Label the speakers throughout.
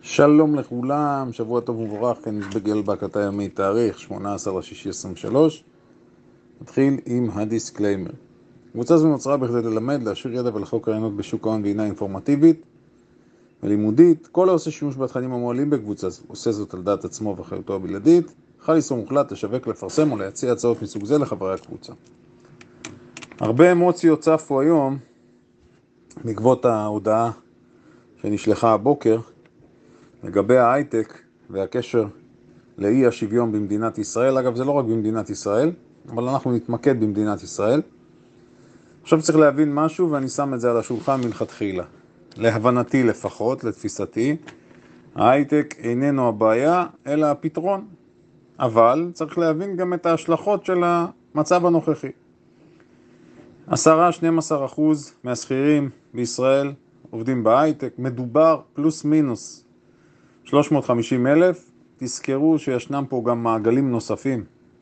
Speaker 1: שלום לכולם, שבוע טוב ומבורך, כאן בגל בהקלטה ימית, תאריך 18/6/23. נתחיל עם הדיסקליימר. קבוצה זו נוצרה בכדי ללמד, להשאיר ידע ולחוק רעיונות בשוק ההון והינה אינפורמטיבית ולימודית. כל העושה שימוש בתכנים המועלים בקבוצה זו עושה זאת על דעת עצמו ואחריותו הבלעדית. חל איסור מוחלט לשווק, לפרסם או להציע הצעות מסוג זה לחברי הקבוצה. הרבה אמוציות צפו היום בעקבות ההודעה שנשלחה הבוקר לגבי ההייטק והקשר לאי השוויון במדינת ישראל. אגב, זה לא רק במדינת ישראל, אבל אנחנו נתמקד במדינת ישראל. עכשיו צריך להבין משהו, ואני שם את זה על השולחן מלכתחילה. להבנתי לפחות, לתפיסתי, ההייטק איננו הבעיה, אלא הפתרון. אבל צריך להבין גם את ההשלכות של המצב הנוכחי. 10-12% מהשכירים בישראל עובדים בהייטק, מדובר פלוס מינוס 350,000, תזכרו שישנם פה גם מעגלים נוספים,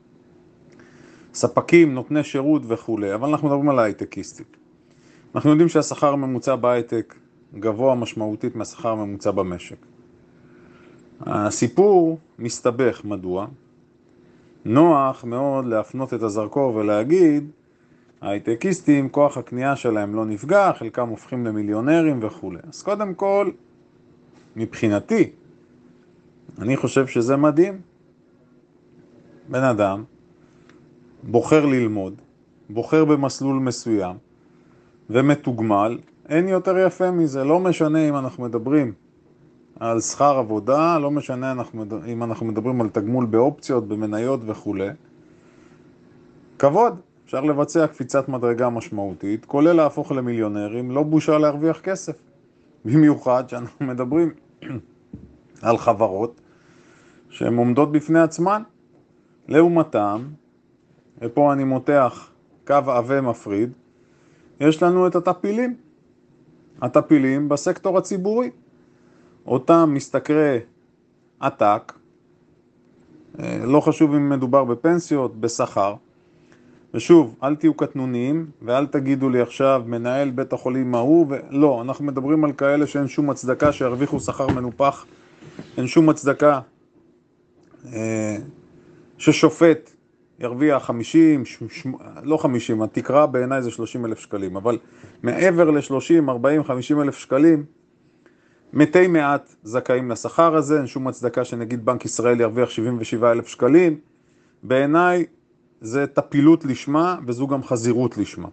Speaker 1: ספקים, נותני שירות וכו', אבל אנחנו מדברים על ההייטקיסטים. אנחנו יודעים שהשכר הממוצע בהייטק גבוה משמעותית מהשכר הממוצע במשק. הסיפור מסתבך, מדוע? נוח מאוד להפנות את הזרקור ולהגיד, ההייטקיסטים, כוח הקנייה שלהם לא נפגע, חלקם הופכים למיליונרים וכו'. אז קודם כל, מבחינתי, אני חושב שזה מדהים. בן אדם בוחר ללמוד, בוחר במסלול מסוים ומתוגמל, אין יותר יפה מזה. לא משנה אם אנחנו מדברים על שכר עבודה, לא משנה אם אנחנו מדברים על תגמול באופציות, במניות וכו'. כבוד, אפשר לבצע קפיצת מדרגה משמעותית, כולל להפוך למיליונרים, לא בושה להרוויח כסף. במיוחד שאנחנו מדברים על חברות שהן עומדות בפני עצמן. לעומתם, ופה אני מותח קו עבה מפריד, יש לנו את הטפילים. הטפילים בסקטור הציבורי. אותם משתכרי עתק, לא חשוב אם מדובר בפנסיות, בשכר. ושוב, אל תהיו קטנוניים, ואל תגידו לי עכשיו מנהל בית החולים מהו, לא, אנחנו מדברים על כאלה שאין שום הצדקה שירוויחו שכר מנופח, אין שום הצדקה ששופט ירוויח 50, לא 50, התקרה בעיניי זה 30,000 שקלים, אבל מעבר ל-30, 40, 50,000 שקלים, מתי מעט זכאים לשכר הזה. אין שום הצדקה שנגיד בנק ישראל ירוויח 77,000 שקלים. בעיניי זה טפילות לשמה, וזו גם חזירות לשמה.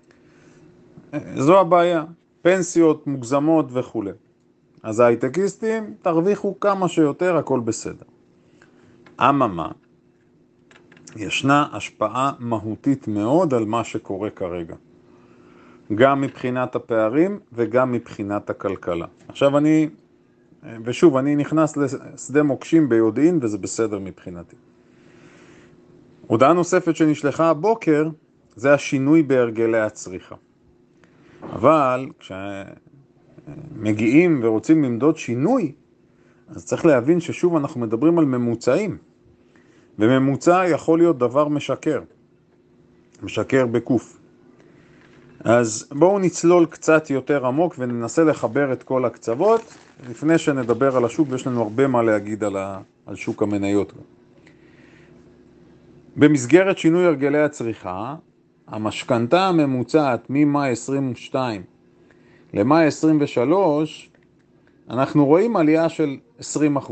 Speaker 1: זו הבעיה, פנסיות מוגזמות וכו'. אז ההייטקיסטים תרוויחו כמה שיותר, הכל בסדר. אממה, ישנה השפעה מהותית מאוד על מה שקורה כרגע. גם מבחינת הפערים וגם מבחינת הכלכלה. עכשיו אני נכנס לשדה מוקשים ביודעין, וזה בסדר מבחינתי. הודעה נוספת שנשלחה הבוקר, זה השינוי בהרגלי הצריכה. אבל כשמגיעים ורוצים למדוד שינוי, אז צריך להבין ששוב אנחנו מדברים על ממוצעים. וממוצע יכול להיות דבר משקר בקוף. אז בואו נצלול קצת יותר עמוק וננסה לחבר את כל הקצוות, לפני שנדבר על השוק, ויש לנו הרבה מה להגיד על שוק המניות. במסגרת שינוי הרגלי הצריכה, המשכנתה הממוצעת ממאי 22 למאי 23, אנחנו רואים עלייה של 20%,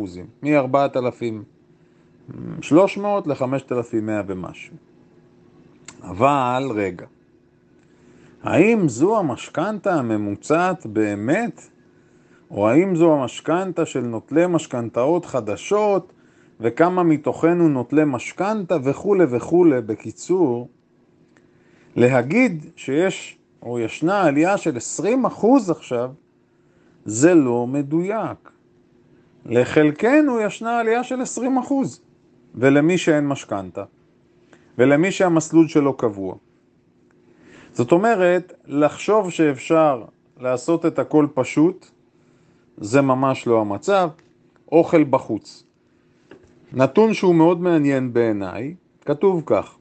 Speaker 1: מ-4,300 ל-5,100 ומשהו. אבל רגע, האם זו המשכנתה הממוצעת באמת? או האם זו המשכנתה של נוטלי משכנתאות חדשות, וכמה מתוכנו נוטלי משכנתה וכו' וכו'. בקיצור, להגיד שיש או ישנה עלייה של 20% עכשיו, זה לא מדויק. לחלקנו ישנה עלייה של 20%, ולמי שאין משכנתה, ולמי שהמסלול שלו קבוע. זאת אומרת, לחשוב שאפשר לעשות את הכל פשוט, זה ממש לא המצב. אוכל בחוץ. נתון שהוא מאוד מעניין בעיניי, כתוב כך: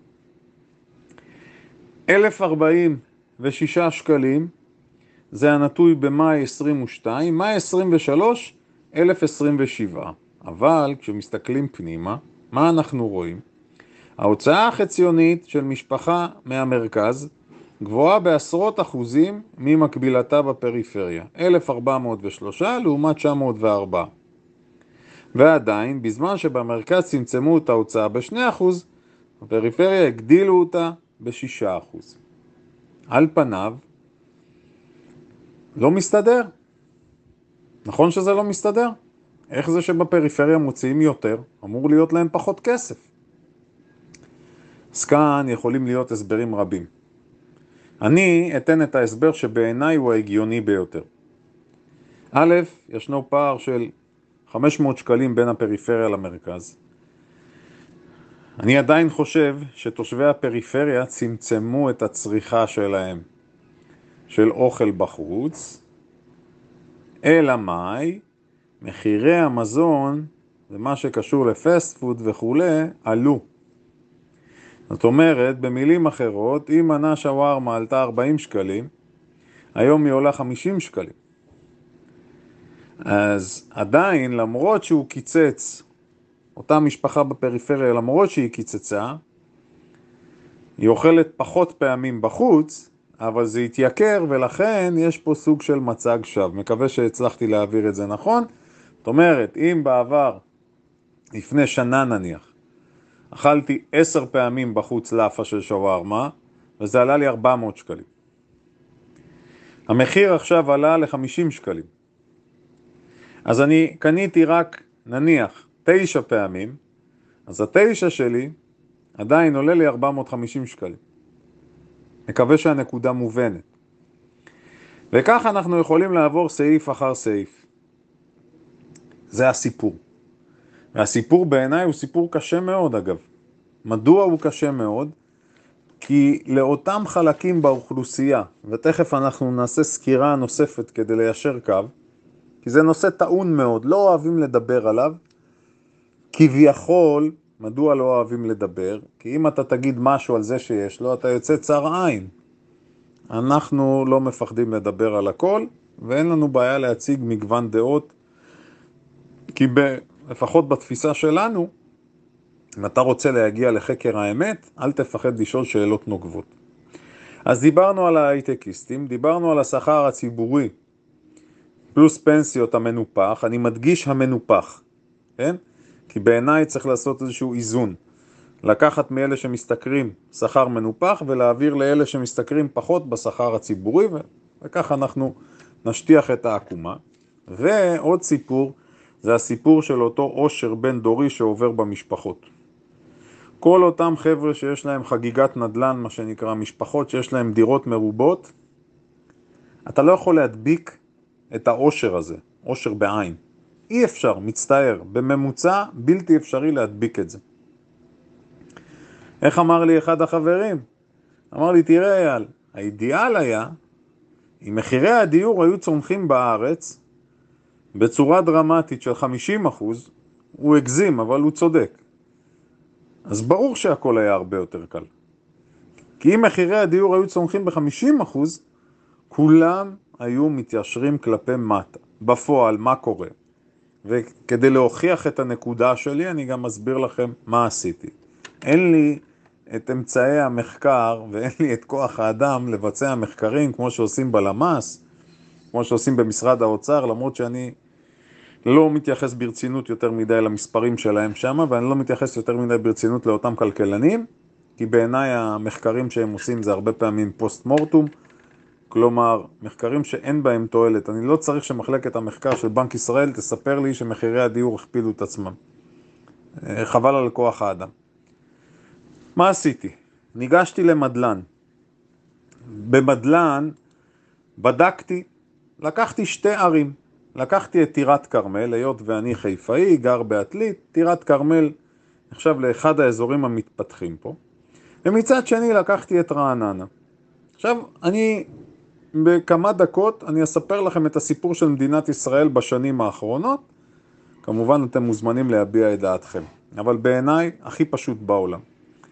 Speaker 1: 1,046 שקלים, זה הנתוי במאי 22, מאי 23, 1,027. אבל כשמסתכלים פנימה, מה אנחנו רואים? ההוצאה החציונית של משפחה מהמרכז גבוהה בעשרות אחוזים ממקבילתה בפריפריה. 1,403 לעומת 904. ועדיין, בזמן שבמרכז צמצמו את ההוצאה ב2%, בפריפריה הגדילו אותה ב6%. על פניו, לא מסתדר. נכון שזה לא מסתדר? איך זה שבפריפריה מוציאים יותר? אמור להיות להם פחות כסף. אז כאן יכולים להיות הסברים רבים. אני אתן את ההסבר שבעיניי הוא ההגיוני ביותר. א', ישנו פער של 500 שקלים בין הפריפריה למרכז. אני עדיין חושב שתושבי הפריפריה צמצמו את הצריכה שלהם של אוכל בחוץ, אלא מאי, מחירי המזון ומה שקשור לפסט פוד וכו' עלו. זאת אומרת, במילים אחרות, אם מנה שווארמה עלתה 40 שקלים, היום היא עולה 50 שקלים. אז עדיין, למרות שהוא קיצץ, אותה משפחה בפריפריה, למרות שהיא קיצצה, היא אוכלת פחות פעמים בחוץ, אבל זה התייקר, ולכן יש פה סוג של מצג שווא. מקווה שהצלחתי להעביר את זה נכון. זאת אומרת, אם בעבר, לפני שנה נניח, אכלתי 10 פעמים בחוץ לאפה של שווארמה, וזה עלה לי 400 שקלים. המחיר עכשיו עלה ל-50 שקלים. אז אני קניתי רק, נניח, 9 פעמים, אז ה9 שלי עדיין עולה לי 450 שקלים. מקווה שהנקודה מובנת. וכך אנחנו יכולים לעבור סעיף אחר סעיף. זה הסיפור. והסיפור בעיניי הוא סיפור קשה מאוד אגב. מדוע הוא קשה מאוד? כי לאותם חלקים באוכלוסייה, ותכף אנחנו נעשה סקירה נוספת כדי ליישר קו, כי זה נושא טעון מאוד, לא אוהבים לדבר עליו, כביכול, מדוע לא אוהבים לדבר? כי אם אתה תגיד משהו על זה שיש לו, אתה יוצא צר עין. אנחנו לא מפחדים לדבר על הכל, ואין לנו בעיה להציג מגוון דעות, כי לפחות בתפיסה שלנו, אם אתה רוצה להגיע לחקר האמת, אל תפחד לשאול שאלות נוגבות. אז דיברנו על ההייטקיסטים, דיברנו על השכר הציבורי, פלוס פנסיות המנופח, אני מדגיש המנופח, כן? כי בעיניי צריך לעשות איזשהו איזון. לקחת מאלה שמשתכרים שכר מנופח ולהעביר לאלה שמשתכרים פחות בשכר הציבורי, וכך אנחנו נשטיח את העקומה. ועוד סיפור, זה הסיפור של אותו עושר בין דורי שעובר במשפחות. כל אותם חבר'ה שיש להם חגיגת נדל"ן, מה שנקרא, משפחות שיש להם דירות מרובות, אתה לא יכול להדביק את העושר הזה, עושר בעין. אי אפשר, מצטער, בממוצע בלתי אפשרי להדביק את זה. איך אמר לי אחד החברים? אמר לי, תראה אייל, האידיאל היה, אם מחירי הדיור היו צומחים בארץ, בצורה דרמטית של 50%, הוא הגזים, אבל הוא צודק. אז ברור שהכל היה הרבה יותר קל. כי אם מחירי הדיור היו צומחים ב-50%, כולם היו מתיישרים כלפי מטה. בפועל, מה קורה? וכדי להוכיח את הנקודה שלי, אני גם מסביר לכם מה עשיתי. אין לי את אמצעי המחקר, ואין לי את כוח האדם לבצע מחקרים כמו שעושים בלמ"ס, כמו שעושים במשרד האוצר, למרות שאני לא מתייחס ברצינות יותר מדי למספרים שלהם שם, ואני לא מתייחס יותר מדי ברצינות לאותם כלכלנים, כי בעיניי המחקרים שהם עושים זה הרבה פעמים פוסט מורטום, כלומר, מחקרים שאין בהם תועלת. אני לא צריך שמחלקת המחקר של בנק ישראל תספר לי שמחירי הדיור הכפילו את עצמם. חבל על כוח האדם. מה עשיתי? ניגשתי למדלן. במדלן בדקתי, לקחתי 2 ערים. לקחתי את טירת כרמל, היות ואני חיפאי, גר בעתלית, טירת כרמל נחשב לאחד האזורים המתפתחים פה. ומצד שני לקחתי את רעננה. עכשיו, בכמה דקות אני אספר לכם את הסיפור של מדינת ישראל בשנים האחרונות. כמובן אתם מוזמנים להביע את דעתכם, אבל בעיניי הכי פשוט בעולם.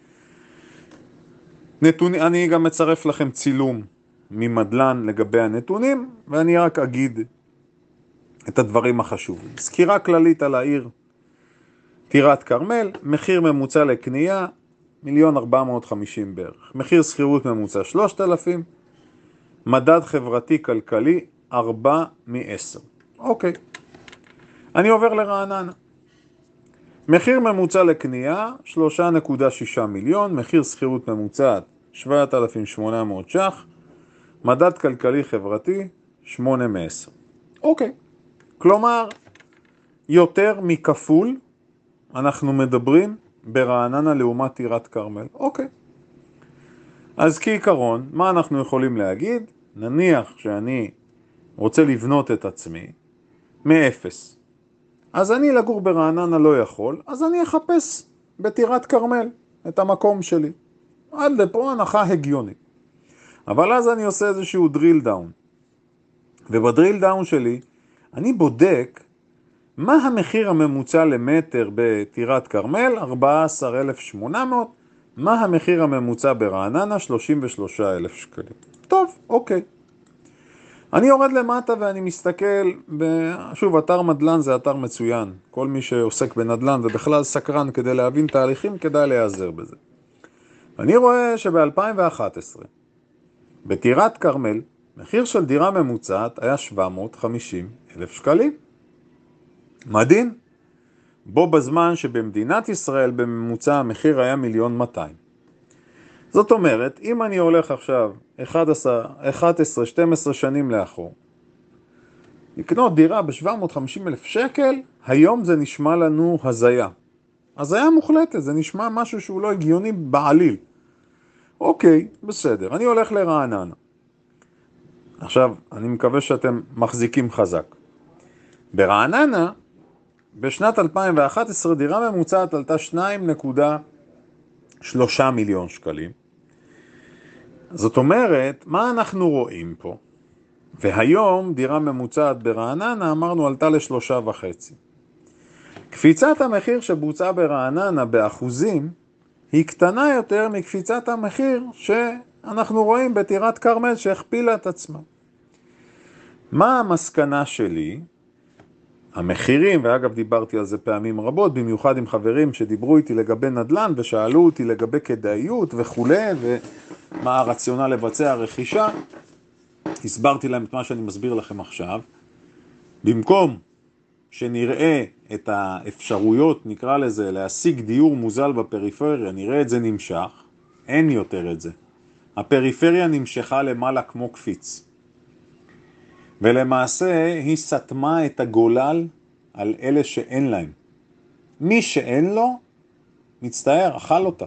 Speaker 1: אני גם מצרף לכם צילום ממדלן לגבי הנתונים, ואני רק אגיד את הדברים החשובים. סקירה כללית על העיר טירת כרמל, מחיר ממוצע לקנייה, 1,450,000 בערך. מחיר שכירות ממוצע 3,000, מדד חברתי כלכלי 4 מ-10. אוקיי. אני עובר לרעננה. מחיר ממוצע לקנייה 3.6 מיליון, מחיר שכירות ממוצעת 7,800 ש"ח, מדד כלכלי חברתי 8 מ-10. אוקיי. כלומר, יותר מכפול אנחנו מדברים ברעננה לעומת טירת כרמל. אוקיי. אז כעיקרון, מה אנחנו יכולים להגיד? נניח שאני רוצה לבנות את עצמי מאפס. אז אני לגור ברעננה לא יכול, אז אני אחפש בטירת כרמל את המקום שלי. עד לפה הנחה הגיונית. אבל אז אני עושה איזשהו drill down. ובדריל דאון שלי אני בודק מה המחיר הממוצע למטר בטירת כרמל, 14,800, מה המחיר הממוצע ברעננה, 33,000 שקלים. טוב, אוקיי. אני יורד למטה ואני מסתכל, שוב, אתר מדלן זה אתר מצוין. כל מי שעוסק בנדלן ובכלל סקרן כדי להבין תהליכים, כדאי להיעזר בזה. אני רואה שב-2011, בטירת כרמל, מחיר של דירה ממוצעת היה 750,000 שקלים. מדהים. בו בזמן שבמדינת ישראל בממוצע המחיר היה 1,200,000. זאת אומרת, אם אני הולך עכשיו 11-12 שנים לאחור, לקנות דירה ב-750,000 שקל, היום זה נשמע לנו הזיה. הזיה מוחלטת, זה נשמע משהו שהוא לא הגיוני בעליל. אוקיי, בסדר, אני הולך לרעננה. עכשיו, אני מקווה שאתם מחזיקים חזק. ברעננה, בשנת 2011 דירה ממוצעת עלתה 2.3 מיליון שקלים. זאת אומרת, מה אנחנו רואים פה? והיום דירה ממוצעת ברעננה, אמרנו, עלתה ל3.5. קפיצת המחיר שבוצעה ברעננה באחוזים, היא קטנה יותר מקפיצת המחיר שאנחנו רואים בטירת כרמל שהכפילה את עצמה. מה המסקנה שלי? המחירים, ואגב דיברתי על זה פעמים רבות, במיוחד עם חברים שדיברו איתי לגבי נדל"ן ושאלו אותי לגבי כדאיות וכו' ומה הרציונל לבצע רכישה, הסברתי להם את מה שאני מסביר לכם עכשיו. במקום שנראה את האפשרויות, נקרא לזה, להשיג דיור מוזל בפריפריה, נראה את זה נמשך, אין יותר את זה. הפריפריה נמשכה למעלה כמו קפיץ. ולמעשה היא סתמה את הגולל על אלה שאין להם. מי שאין לו, מצטער, אכל אותה.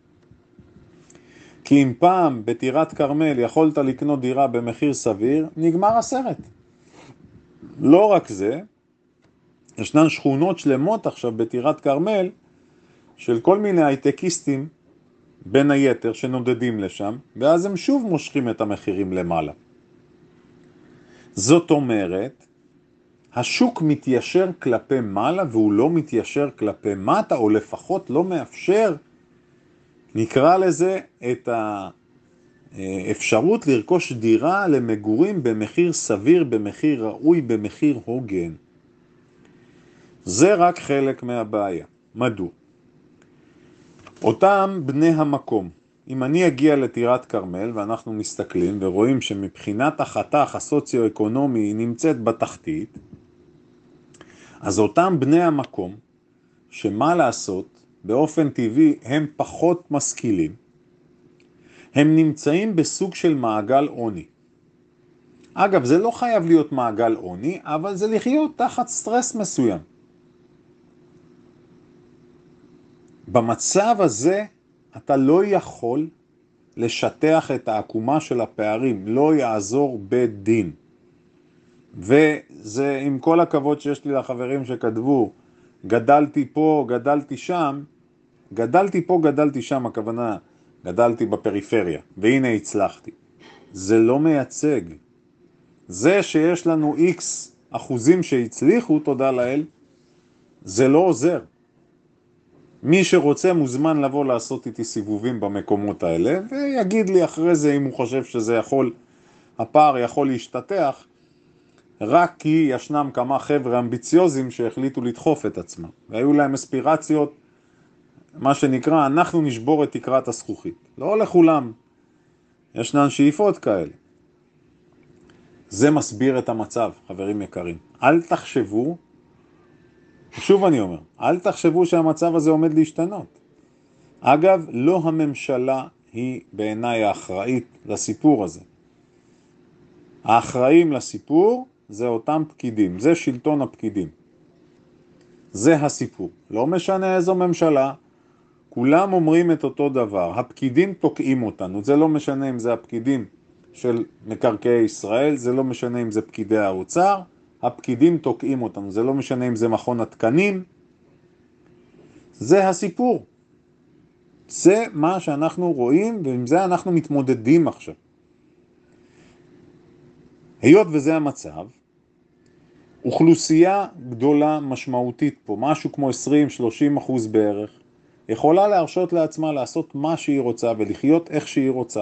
Speaker 1: כי אם פעם בטירת כרמל יכולת לקנות דירה במחיר סביר, נגמר הסרט. לא רק זה, ישנן שכונות שלמות עכשיו בטירת כרמל, של כל מיני הייטקיסטים, בין היתר, שנודדים לשם, ואז הם שוב מושכים את המחירים למעלה. זאת אומרת, השוק מתיישר כלפי מעלה והוא לא מתיישר כלפי מטה, או לפחות לא מאפשר, נקרא לזה, את האפשרות לרכוש דירה למגורים במחיר סביר, במחיר ראוי, במחיר הוגן. זה רק חלק מהבעיה. מדוע? אותם בני המקום, אם אני אגיע לטירת כרמל ואנחנו מסתכלים ורואים שמבחינת החתך הסוציו-אקונומי היא נמצאת בתחתית, אז אותם בני המקום, שמה לעשות, באופן טבעי הם פחות משכילים, הם נמצאים בסוג של מעגל עוני. אגב, זה לא חייב להיות מעגל עוני, אבל זה לחיות תחת סטרס מסוים. במצב הזה אתה לא יכול לשטח את העקומה של הפערים, לא יעזור בדין. וזה עם כל הכבוד שיש לי לחברים שכתבו, גדלתי פה, גדלתי שם, גדלתי פה, גדלתי שם, הכוונה, גדלתי בפריפריה, והנה הצלחתי. זה לא מייצג. זה שיש לנו X אחוזים שהצליחו, תודה לאל, זה לא עוזר. מי שרוצה מוזמן לבוא לעשות איתי סיבובים במקומות האלה, ויגיד לי אחרי זה אם הוא חושב שזה יכול, הפער יכול להשתתח, רק כי ישנם כמה חבר'ה אמביציוזים שהחליטו לדחוף את עצמם, והיו להם אספירציות, מה שנקרא, אנחנו נשבור את תקרת הזכוכית. לא לכולם, ישנן שאיפות כאלה. זה מסביר את המצב, חברים יקרים. אל תחשבו, שוב אני אומר, אל תחשבו שהמצב הזה עומד להשתנות. אגב, לא הממשלה היא בעיניי האחראית לסיפור הזה. האחראים לסיפור זה אותם פקידים, זה שלטון הפקידים. זה הסיפור. לא משנה איזו ממשלה, כולם אומרים את אותו דבר. הפקידים תוקעים אותנו, זה לא משנה אם זה הפקידים של מקרקעי ישראל, זה לא משנה אם זה פקידי האוצר, הפקידים תוקעים אותנו, זה לא משנה אם זה מכון התקנים, זה הסיפור. זה מה שאנחנו רואים, ועם זה אנחנו מתמודדים עכשיו. היות וזה המצב, אוכלוסייה גדולה משמעותית פה, משהו כמו 20-30% בערך, יכולה להרשות לעצמה לעשות מה שהיא רוצה ולחיות איך שהיא רוצה.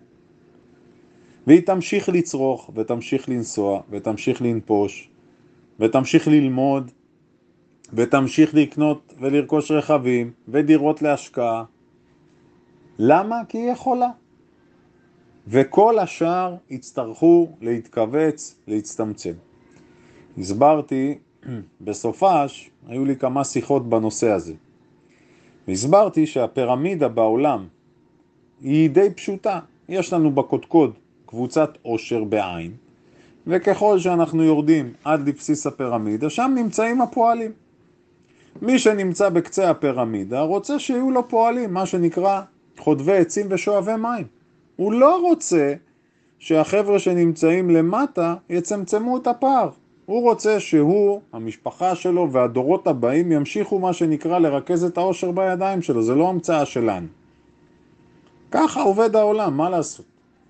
Speaker 1: והיא תמשיך לצרוך ותמשיך לנסוע ותמשיך לנפוש ותמשיך ללמוד ותמשיך לקנות ולרכוש רכבים ודירות להשקעה. למה? כי היא יכולה. וכל השאר יצטרכו להתכווץ, להצטמצם. הסברתי, בסופש היו לי כמה שיחות בנושא הזה. והסברתי שהפירמידה בעולם היא די פשוטה. יש לנו בקודקוד קבוצת עושר בעין, וככל שאנחנו יורדים עד לבסיס הפירמידה, שם נמצאים הפועלים. מי שנמצא בקצה הפירמידה רוצה שיהיו לו פועלים, מה שנקרא חוטבי עצים ושואבי מים. הוא לא רוצה שהחבר'ה שנמצאים למטה יצמצמו את הפער. הוא רוצה שהוא, המשפחה שלו והדורות הבאים ימשיכו מה שנקרא לרכז את העושר בידיים שלו. זה לא המצאה שלנו. ככה עובד העולם, מה לעשות?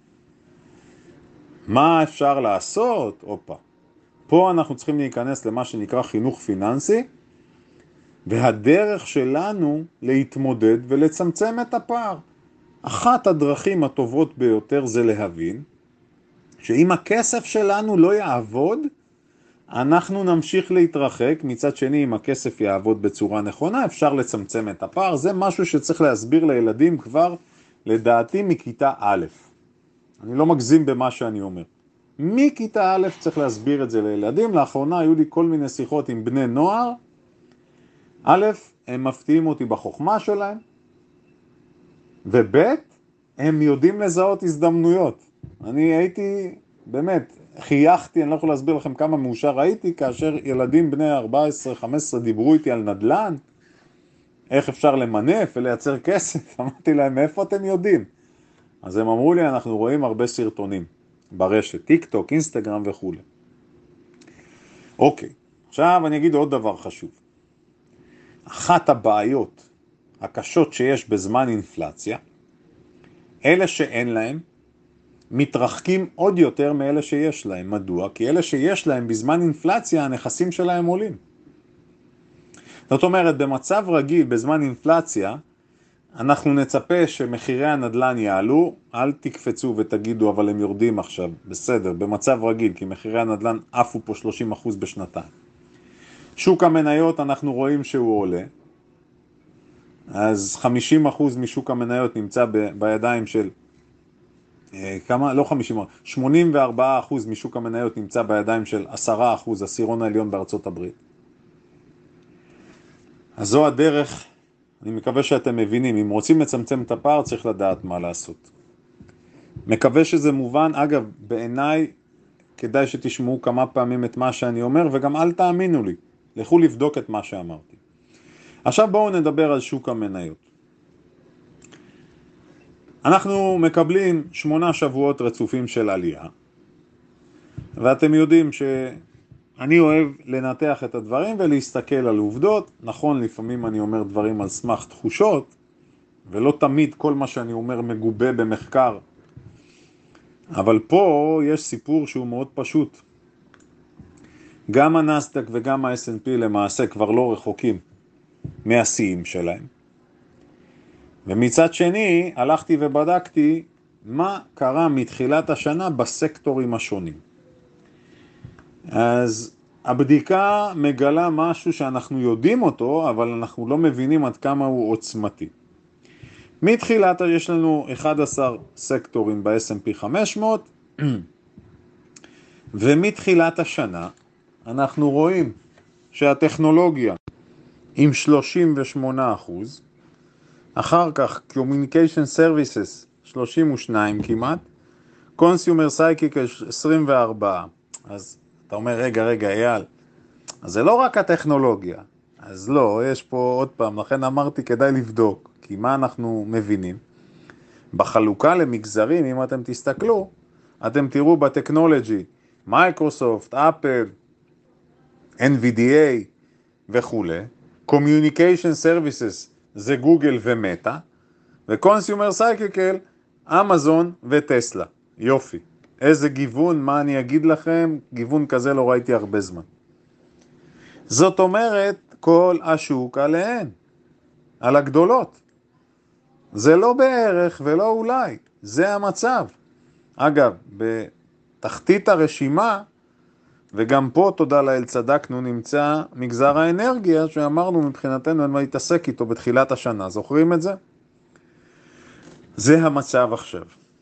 Speaker 1: מה אפשר לעשות? פה אנחנו צריכים להיכנס למה שנקרא חינוך פיננסי, והדרך שלנו להתמודד ולצמצם את הפער. אחת הדרכים הטובות ביותר זה להבין שאם הכסף שלנו לא יעבוד, אנחנו נמשיך להתרחק. מצד שני, אם הכסף יעבוד בצורה נכונה, אפשר לצמצם את הפער. זה משהו שצריך להסביר לילדים כבר, לדעתי, מכיתה א'. אני לא מגזים במה שאני אומר. מכיתה א' צריך להסביר את זה לילדים. לאחרונה היו לי כל מיני שיחות עם בני נוער. א', הם מפתיעים אותי בחוכמה שלהם, וב', הם יודעים לזהות הזדמנויות. אני הייתי, באמת, חייכתי, אני לא יכול להסביר לכם כמה מאושר הייתי, כאשר ילדים בני 14-15 דיברו איתי על נדל"ן, איך אפשר למנף ולייצר כסף. אמרתי להם, מאיפה אתם יודעים? אז הם אמרו לי, אנחנו רואים הרבה סרטונים ברשת, טיק טוק, אינסטגרם וכו'. אוקיי, עכשיו אני אגיד עוד דבר חשוב. אחת הבעיות הקשות שיש בזמן אינפלציה, אלה שאין להם מתרחקים עוד יותר מאלה שיש להם. מדוע? כי אלה שיש להם בזמן אינפלציה, הנכסים שלהם עולים. זאת אומרת, במצב רגיל, בזמן אינפלציה, אנחנו נצפה שמחירי הנדל"ן יעלו. אל תקפצו ותגידו, אבל הם יורדים עכשיו. בסדר, במצב רגיל, כי מחירי הנדל"ן עפו פה 30% בשנתיים. שוק המניות אנחנו רואים שהוא עולה. אז 50% משוק המניות נמצא בידיים של, כמה? לא 50%, 84% משוק המניות נמצא בידיים של 10%, הסירון העליון בארצות הברית. אז זו הדרך, אני מקווה שאתם מבינים, אם רוצים לצמצם את הפער צריך לדעת מה לעשות. מקווה שזה מובן. אגב, בעיניי כדאי שתשמעו כמה פעמים את מה שאני אומר, וגם אל תאמינו לי, לכו לבדוק את מה שאמרתי. עכשיו בואו נדבר על שוק המניות. אנחנו מקבלים 8 שבועות רצופים של עלייה, ואתם יודעים שאני אוהב לנתח את הדברים ולהסתכל על עובדות. נכון, לפעמים אני אומר דברים על סמך תחושות, ולא תמיד כל מה שאני אומר מגובה במחקר. אבל פה יש סיפור שהוא מאוד פשוט. גם הנסדק וגם ה-S&P למעשה כבר לא רחוקים מהשיאים שלהם. ומצד שני, הלכתי ובדקתי מה קרה מתחילת השנה בסקטורים השונים. אז הבדיקה מגלה משהו שאנחנו יודעים אותו, אבל אנחנו לא מבינים עד כמה הוא עוצמתי. מתחילת יש לנו 11 סקטורים ב-S&P 500, ומתחילת השנה אנחנו רואים שהטכנולוגיה עם 38%, אחר כך Communication Services 32 כמעט, Consumer Cycle 24. אז אתה אומר, רגע, אייל, אז זה לא רק הטכנולוגיה. אז לא, יש פה עוד פעם, לכן אמרתי כדאי לבדוק, כי מה אנחנו מבינים? בחלוקה למגזרים, אם אתם תסתכלו, אתם תראו בטכנולוגי, מייקרוסופט, אפל, NVDA וכו', Communication Services זה גוגל ומטה, ו-Consumer Cycle, אמזון וטסלה. יופי. איזה גיוון, מה אני אגיד לכם? גיוון כזה לא ראיתי הרבה זמן. זאת אומרת, כל השוק עליהן, על הגדולות. זה לא בערך ולא אולי, זה המצב. אגב, בתחתית הרשימה, וגם פה תודה לאל צדקנו, נמצא מגזר האנרגיה, שאמרנו מבחינתנו אין מה להתעסק איתו בתחילת השנה. זוכרים את זה? זה המצב עכשיו.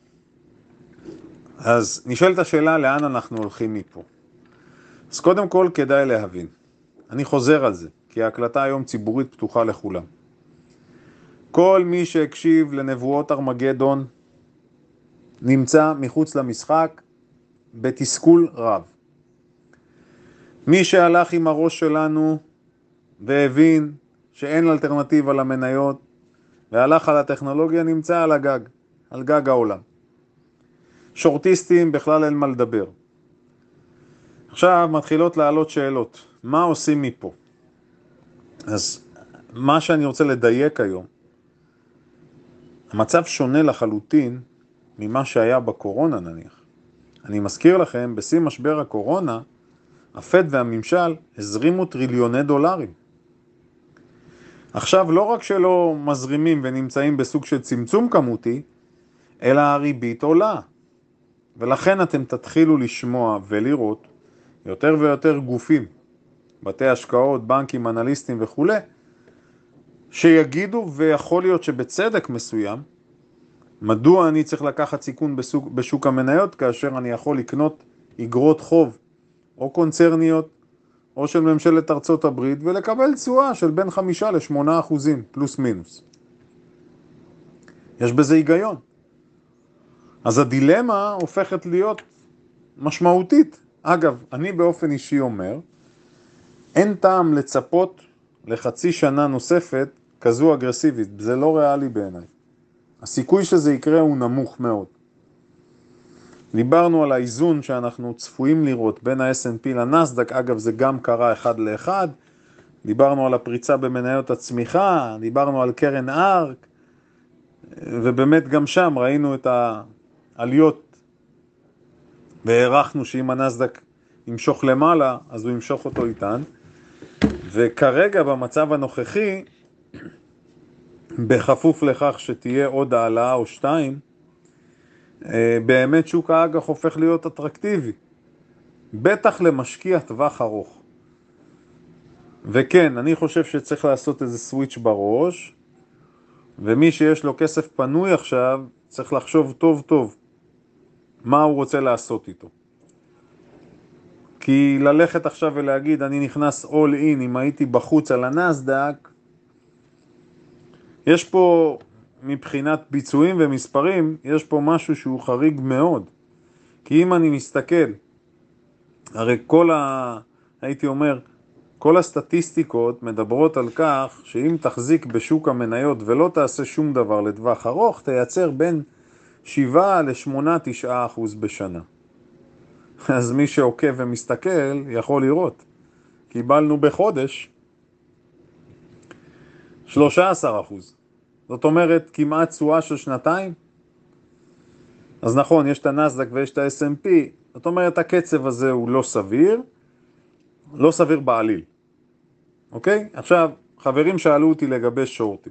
Speaker 1: אז נשאלת השאלה לאן אנחנו הולכים מפה. אז קודם כל כדאי להבין. אני חוזר על זה, כי ההקלטה היום ציבורית פתוחה לכולם. כל מי שהקשיב לנבואות ארמגדון נמצא מחוץ למשחק בתסכול רב. מי שהלך עם הראש שלנו והבין שאין אלטרנטיבה למניות והלך על הטכנולוגיה נמצא על הגג, על גג העולם. שורטיסטים בכלל אין מה לדבר. עכשיו מתחילות לעלות שאלות. מה עושים מפה? אז מה שאני רוצה לדייק היום, המצב שונה לחלוטין ממה שהיה בקורונה נניח. אני מזכיר לכם, בשיא משבר הקורונה, הפד והממשל הזרימו טריליוני דולרים. עכשיו לא רק שלא מזרימים ונמצאים בסוג של צמצום כמותי, אלא הריבית עולה. ולכן אתם תתחילו לשמוע ולראות יותר ויותר גופים, בתי השקעות, בנקים, אנליסטים וכו', שיגידו, ויכול להיות שבצדק מסוים, מדוע אני צריך לקחת סיכון בשוק המניות, כאשר אני יכול לקנות אגרות חוב, או קונצרניות, או של ממשלת ארצות הברית, ולקבל תשואה של בין 5-8% פלוס מינוס. יש בזה היגיון. אז הדילמה הופכת להיות משמעותית. אגב, אני באופן אישי אומר, אין טעם לצפות לחצי שנה נוספת כזו אגרסיבית. זה לא ריאלי בעיניי. הסיכוי שזה יקרה הוא נמוך מאוד. דיברנו על האיזון שאנחנו צפויים לראות בין ה-S&P לנסדק, אגב זה גם קרה אחד לאחד. דיברנו על הפריצה במניות הצמיחה, דיברנו על קרן ארק, ובאמת גם שם ראינו את העליות, והערכנו שאם הנסדק ימשוך למעלה, אז הוא ימשוך אותו איתן. וכרגע במצב הנוכחי, בכפוף לכך שתהיה עוד העלאה או שתיים, באמת שוק האג"ח הופך להיות אטרקטיבי. בטח למשקיע טווח ארוך. וכן, אני חושב שצריך לעשות איזה סוויץ' בראש, ומי שיש לו כסף פנוי עכשיו, צריך לחשוב טוב טוב מה הוא רוצה לעשות איתו. כי ללכת עכשיו ולהגיד, אני נכנס all in אם הייתי בחוץ על הנסדק, יש פה מבחינת ביצועים ומספרים, יש פה משהו שהוא חריג מאוד. כי אם אני מסתכל, הרי הייתי אומר, כל הסטטיסטיקות מדברות על כך שאם תחזיק בשוק המניות ולא תעשה שום דבר לטווח ארוך, תייצר בין 7-8-9% בשנה. אז מי שעוקב ומסתכל יכול לראות. קיבלנו בחודש 13%. זאת אומרת כמעט תשואה של שנתיים. אז נכון, יש את הנסדק ויש את ה-S&P. זאת אומרת הקצב הזה הוא לא סביר. לא סביר בעליל. אוקיי? עכשיו, חברים שאלו אותי לגבי שורטים.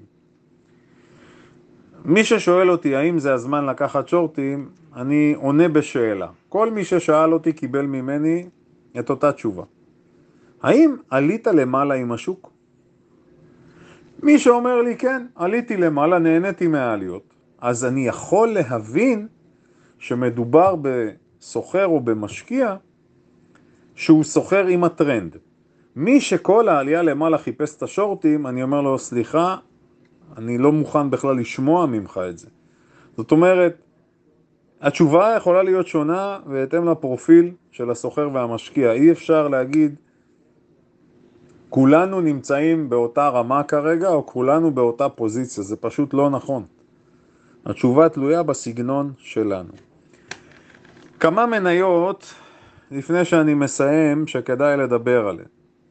Speaker 1: מי ששואל אותי האם זה הזמן לקחת שורטים, אני עונה בשאלה. כל מי ששאל אותי קיבל ממני את אותה תשובה. האם עלית למעלה עם השוק? מי שאומר לי כן, עליתי למעלה, נהניתי מהעליות, אז אני יכול להבין שמדובר בסוחר או במשקיע שהוא סוחר עם הטרנד. מי שכל העלייה למעלה חיפש את השורטים, אני אומר לו, סליחה, אני לא מוכן בכלל לשמוע ממך את זה. זאת אומרת, התשובה יכולה להיות שונה בהתאם לפרופיל של הסוחר והמשקיע. אי אפשר להגיד, כולנו נמצאים באותה רמה כרגע, או כולנו באותה פוזיציה. זה פשוט לא נכון. התשובה תלויה בסגנון שלנו. כמה מניות, לפני שאני מסיים, שכדאי לדבר עליהן.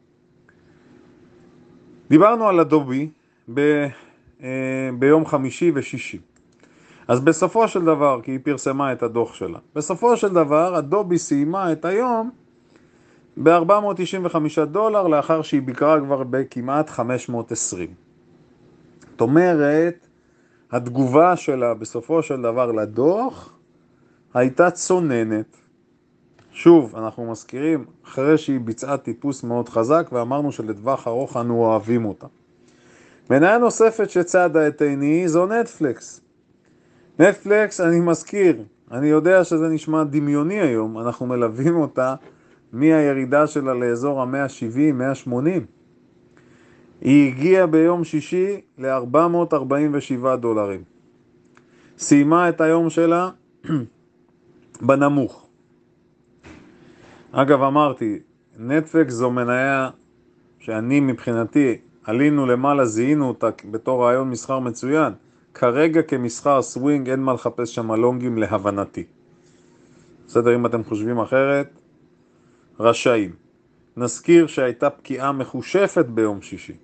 Speaker 1: דיברנו על אדובי ביום חמישי ושישי. אז בסופו של דבר, כי היא פרסמה את הדוח שלה, בסופו של דבר, אדובי סיימה את היום ב-$495, לאחר שהיא ביקרה כבר בכמעט 520. זאת אומרת, התגובה שלה בסופו של דבר לדוח הייתה צוננת. שוב, אנחנו מזכירים, אחרי שהיא ביצעה טיפוס מאוד חזק, ואמרנו שלטווח ארוך אנו אוהבים אותה. מניה נוספת שצעדה את עיני זו נטפליקס. נטפליקס, אני מזכיר, אני יודע שזה נשמע דמיוני היום, אנחנו מלווים אותה מהירידה שלה לאזור ה-170, 180. היא הגיעה ביום שישי ל-$447. סיימה את היום שלה בנמוך. אגב, אמרתי, נטפליקס זו מניה שאני מבחינתי, עלינו למעלה, זיהינו אותה בתור רעיון מסחר מצוין. כרגע כמסחר סווינג אין מה לחפש שם לונגים להבנתי. בסדר, אם אתם חושבים אחרת, רשאים. נזכיר שהייתה פקיעה מחושפת ביום שישי.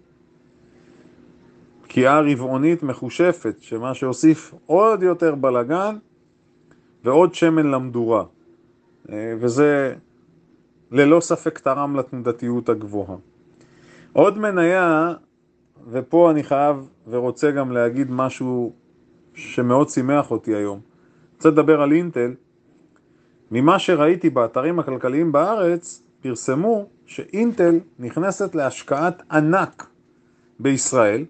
Speaker 1: פקיעה רבעונית מחושפת, שמה שהוסיף עוד יותר בלגן ועוד שמן למדורה. וזה ללא ספק תרם לתנודתיות הגבוהה. עוד מניה, ופה אני חייב ורוצה גם להגיד משהו שמאוד שימח אותי היום. רוצה לדבר על אינטל. ממה שראיתי באתרים הכלכליים בארץ, פרסמו שאינטל נכנסת להשקעת ענק בישראל,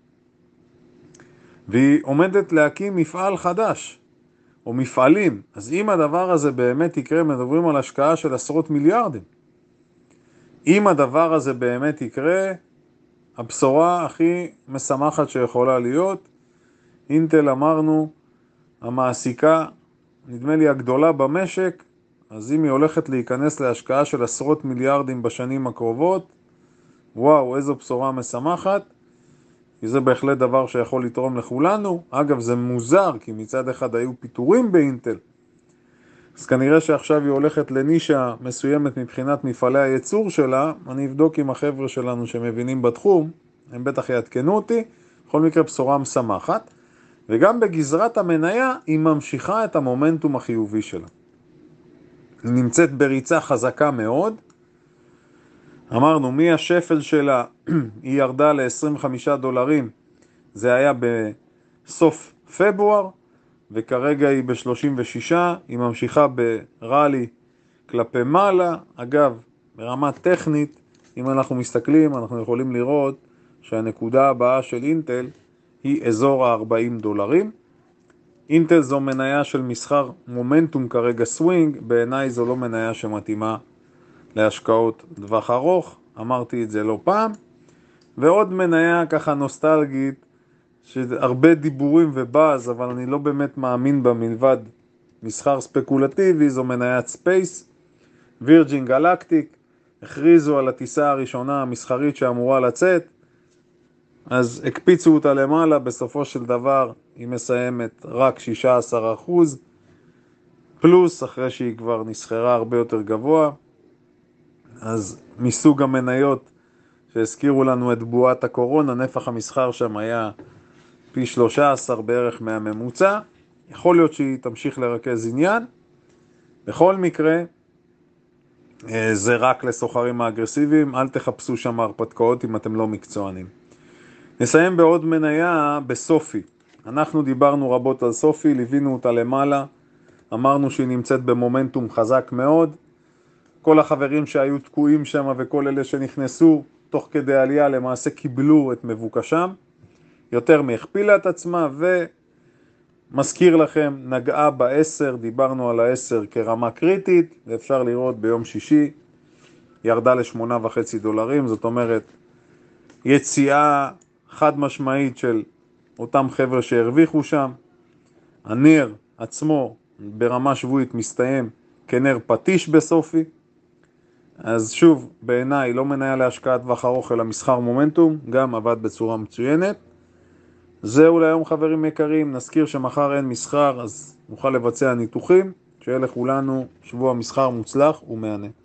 Speaker 1: והיא עומדת להקים מפעל חדש, או מפעלים. אז אם הדבר הזה באמת יקרה, מדברים על השקעה של עשרות מיליארדים. אם הדבר הזה באמת יקרה, הבשורה הכי משמחת שיכולה להיות, אינטל אמרנו, המעסיקה, נדמה לי הגדולה במשק, אז אם היא הולכת להיכנס להשקעה של עשרות מיליארדים בשנים הקרובות, וואו, איזו בשורה משמחת, כי זה בהחלט דבר שיכול לתרום לכולנו. אגב, זה מוזר, כי מצד אחד היו פיטורים באינטל, אז כנראה שעכשיו היא הולכת לנישה מסוימת מבחינת מפעלי הייצור שלה. אני אבדוק עם החבר'ה שלנו שמבינים בתחום, הם בטח יעדכנו אותי. בכל מקרה בשורה משמחת, וגם בגזרת המניה היא ממשיכה את המומנטום החיובי שלה. היא נמצאת בריצה חזקה מאוד. אמרנו, מהשפל שלה היא ירדה ל$25, זה היה בסוף פברואר, וכרגע היא ב-36, היא ממשיכה ברלי כלפי מעלה. אגב, ברמה טכנית, אם אנחנו מסתכלים, אנחנו יכולים לראות שהנקודה הבאה של אינטל היא אזור ה$40. אינטל זו מניה של מסחר מומנטום כרגע סווינג, בעיניי זו לא מניה שמתאימה להשקעות דווח ארוך, אמרתי את זה לא פעם. ועוד מניה ככה נוסטלגית, שהרבה דיבורים ובאז, אבל אני לא באמת מאמין בה מלבד מסחר ספקולטיבי, זו מניית ספייס. וירג'ין גלקטיק, הכריזו על הטיסה הראשונה המסחרית שאמורה לצאת, אז הקפיצו אותה למעלה, בסופו של דבר היא מסיימת רק 16%, פלוס אחרי שהיא כבר נסחרה הרבה יותר גבוה. אז מסוג המניות שהזכירו לנו את בועת הקורונה, נפח המסחר שם היה פי 13 בערך מהממוצע. יכול להיות שהיא תמשיך לרכז עניין. בכל מקרה, זה רק לסוחרים האגרסיביים, אל תחפשו שם הרפתקאות אם אתם לא מקצוענים. נסיים בעוד מניה בסופי. אנחנו דיברנו רבות על סופי, ליווינו אותה למעלה, אמרנו שהיא נמצאת במומנטום חזק מאוד. כל החברים שהיו תקועים שם וכל אלה שנכנסו תוך כדי עלייה למעשה קיבלו את מבוקשם, יותר מהכפילה את עצמה, ומזכיר לכם, נגעה ב10, דיברנו על ה10 כרמה קריטית, ואפשר לראות ביום שישי, ירדה $8.5, זאת אומרת, יציאה חד משמעית של אותם חבר'ה שהרוויחו שם. הנר עצמו ברמה שבועית מסתיים כנר פטיש בסופי, אז שוב, בעיניי לא מניה להשקעת טווח ארוך אלא מסחר מומנטום, גם עבד בצורה מצוינת. זהו להיום חברים יקרים, נזכיר שמחר אין מסחר אז נוכל לבצע ניתוחים, שיהיה לכולנו שבוע מסחר מוצלח ומהנה.